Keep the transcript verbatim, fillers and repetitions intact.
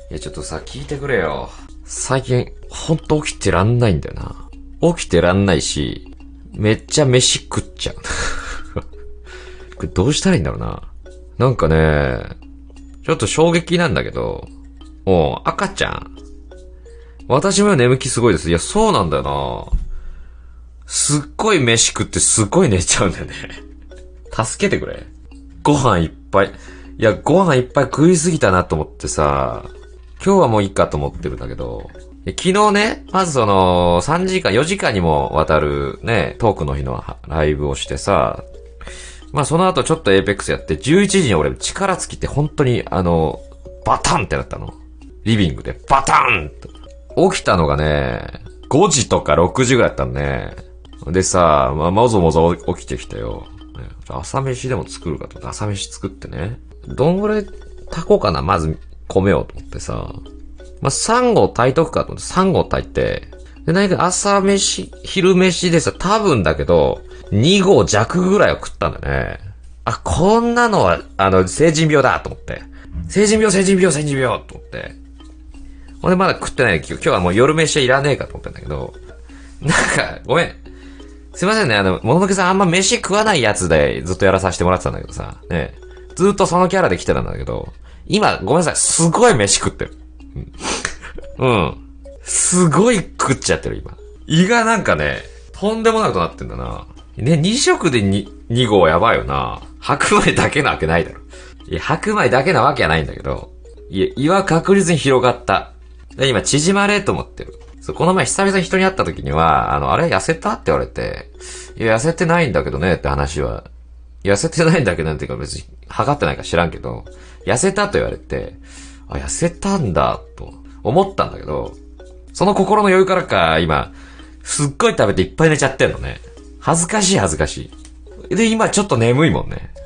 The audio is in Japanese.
いや、ちょっとさ、聞いてくれよ。最近、ほんと起きてらんないんだよな。起きてらんないし、めっちゃ飯食っちゃう。これどうしたらいいんだろうな。なんかね、ちょっと衝撃なんだけど、おう、赤ちゃん。私も眠気すごいです。いや、そうなんだよな。すっごい飯食ってすっごい寝ちゃうんだよね。助けてくれ。ご飯いっぱい。いや、ご飯いっぱい食いすぎたなと思ってさ、今日はもういいかと思ってるんだけど、昨日ね、まずその、さんじかん、よじかんにもわたるね、トークの日のライブをしてさ、まあその後ちょっとエーペックスやって、じゅういちじに俺力尽きて本当にあの、バタンってなったの。リビングでバタンって。起きたのがね、ごじとかろくじぐらいだったのね。でさ、まあ、もぞもぞ起きてきたよ。朝飯でも作るかと思って、朝飯作ってね。どんぐらい炊こうかな、まず米をと思ってさ。まあ、さん合炊いとくかと思って、さん合炊いて。で、何か朝飯、昼飯でさ、多分だけど、に合弱ぐらいを食ったんだね。あ、こんなのは、あの、成人病だと思って。成人病、成人病、成人病と思って。ほんでまだ食ってない。今日はもう夜飯はいらねえかと思ってんだけど。なんか、ごめん。すいませんね、あの、もののけさんあんま飯食わないやつでずっとやらさせてもらってたんだけどさ、ね。ずっとそのキャラで来てたんだけど、今、ごめんなさい、すごい飯食ってる。うん。うん。すごい食っちゃってる、今。胃がなんかね、とんでもなくなってんだな。ね、に食で 2, 2合やばいよな。白米だけなわけないだろ。いや、白米だけなわけはないんだけど、いや、胃は確実に広がった。で今、縮まれと思ってる。そう、この前久々に人に会った時には、あの、あれ痩せたって言われて、いや、痩せてないんだけどねって話は、痩せてないんだけどねっていうか別に、測ってないか知らんけど、痩せたと言われて、あ、痩せたんだ、と思ったんだけど、その心の余裕からか、今、すっごい食べていっぱい寝ちゃってんのね。恥ずかしい恥ずかしい。で、今ちょっと眠いもんね。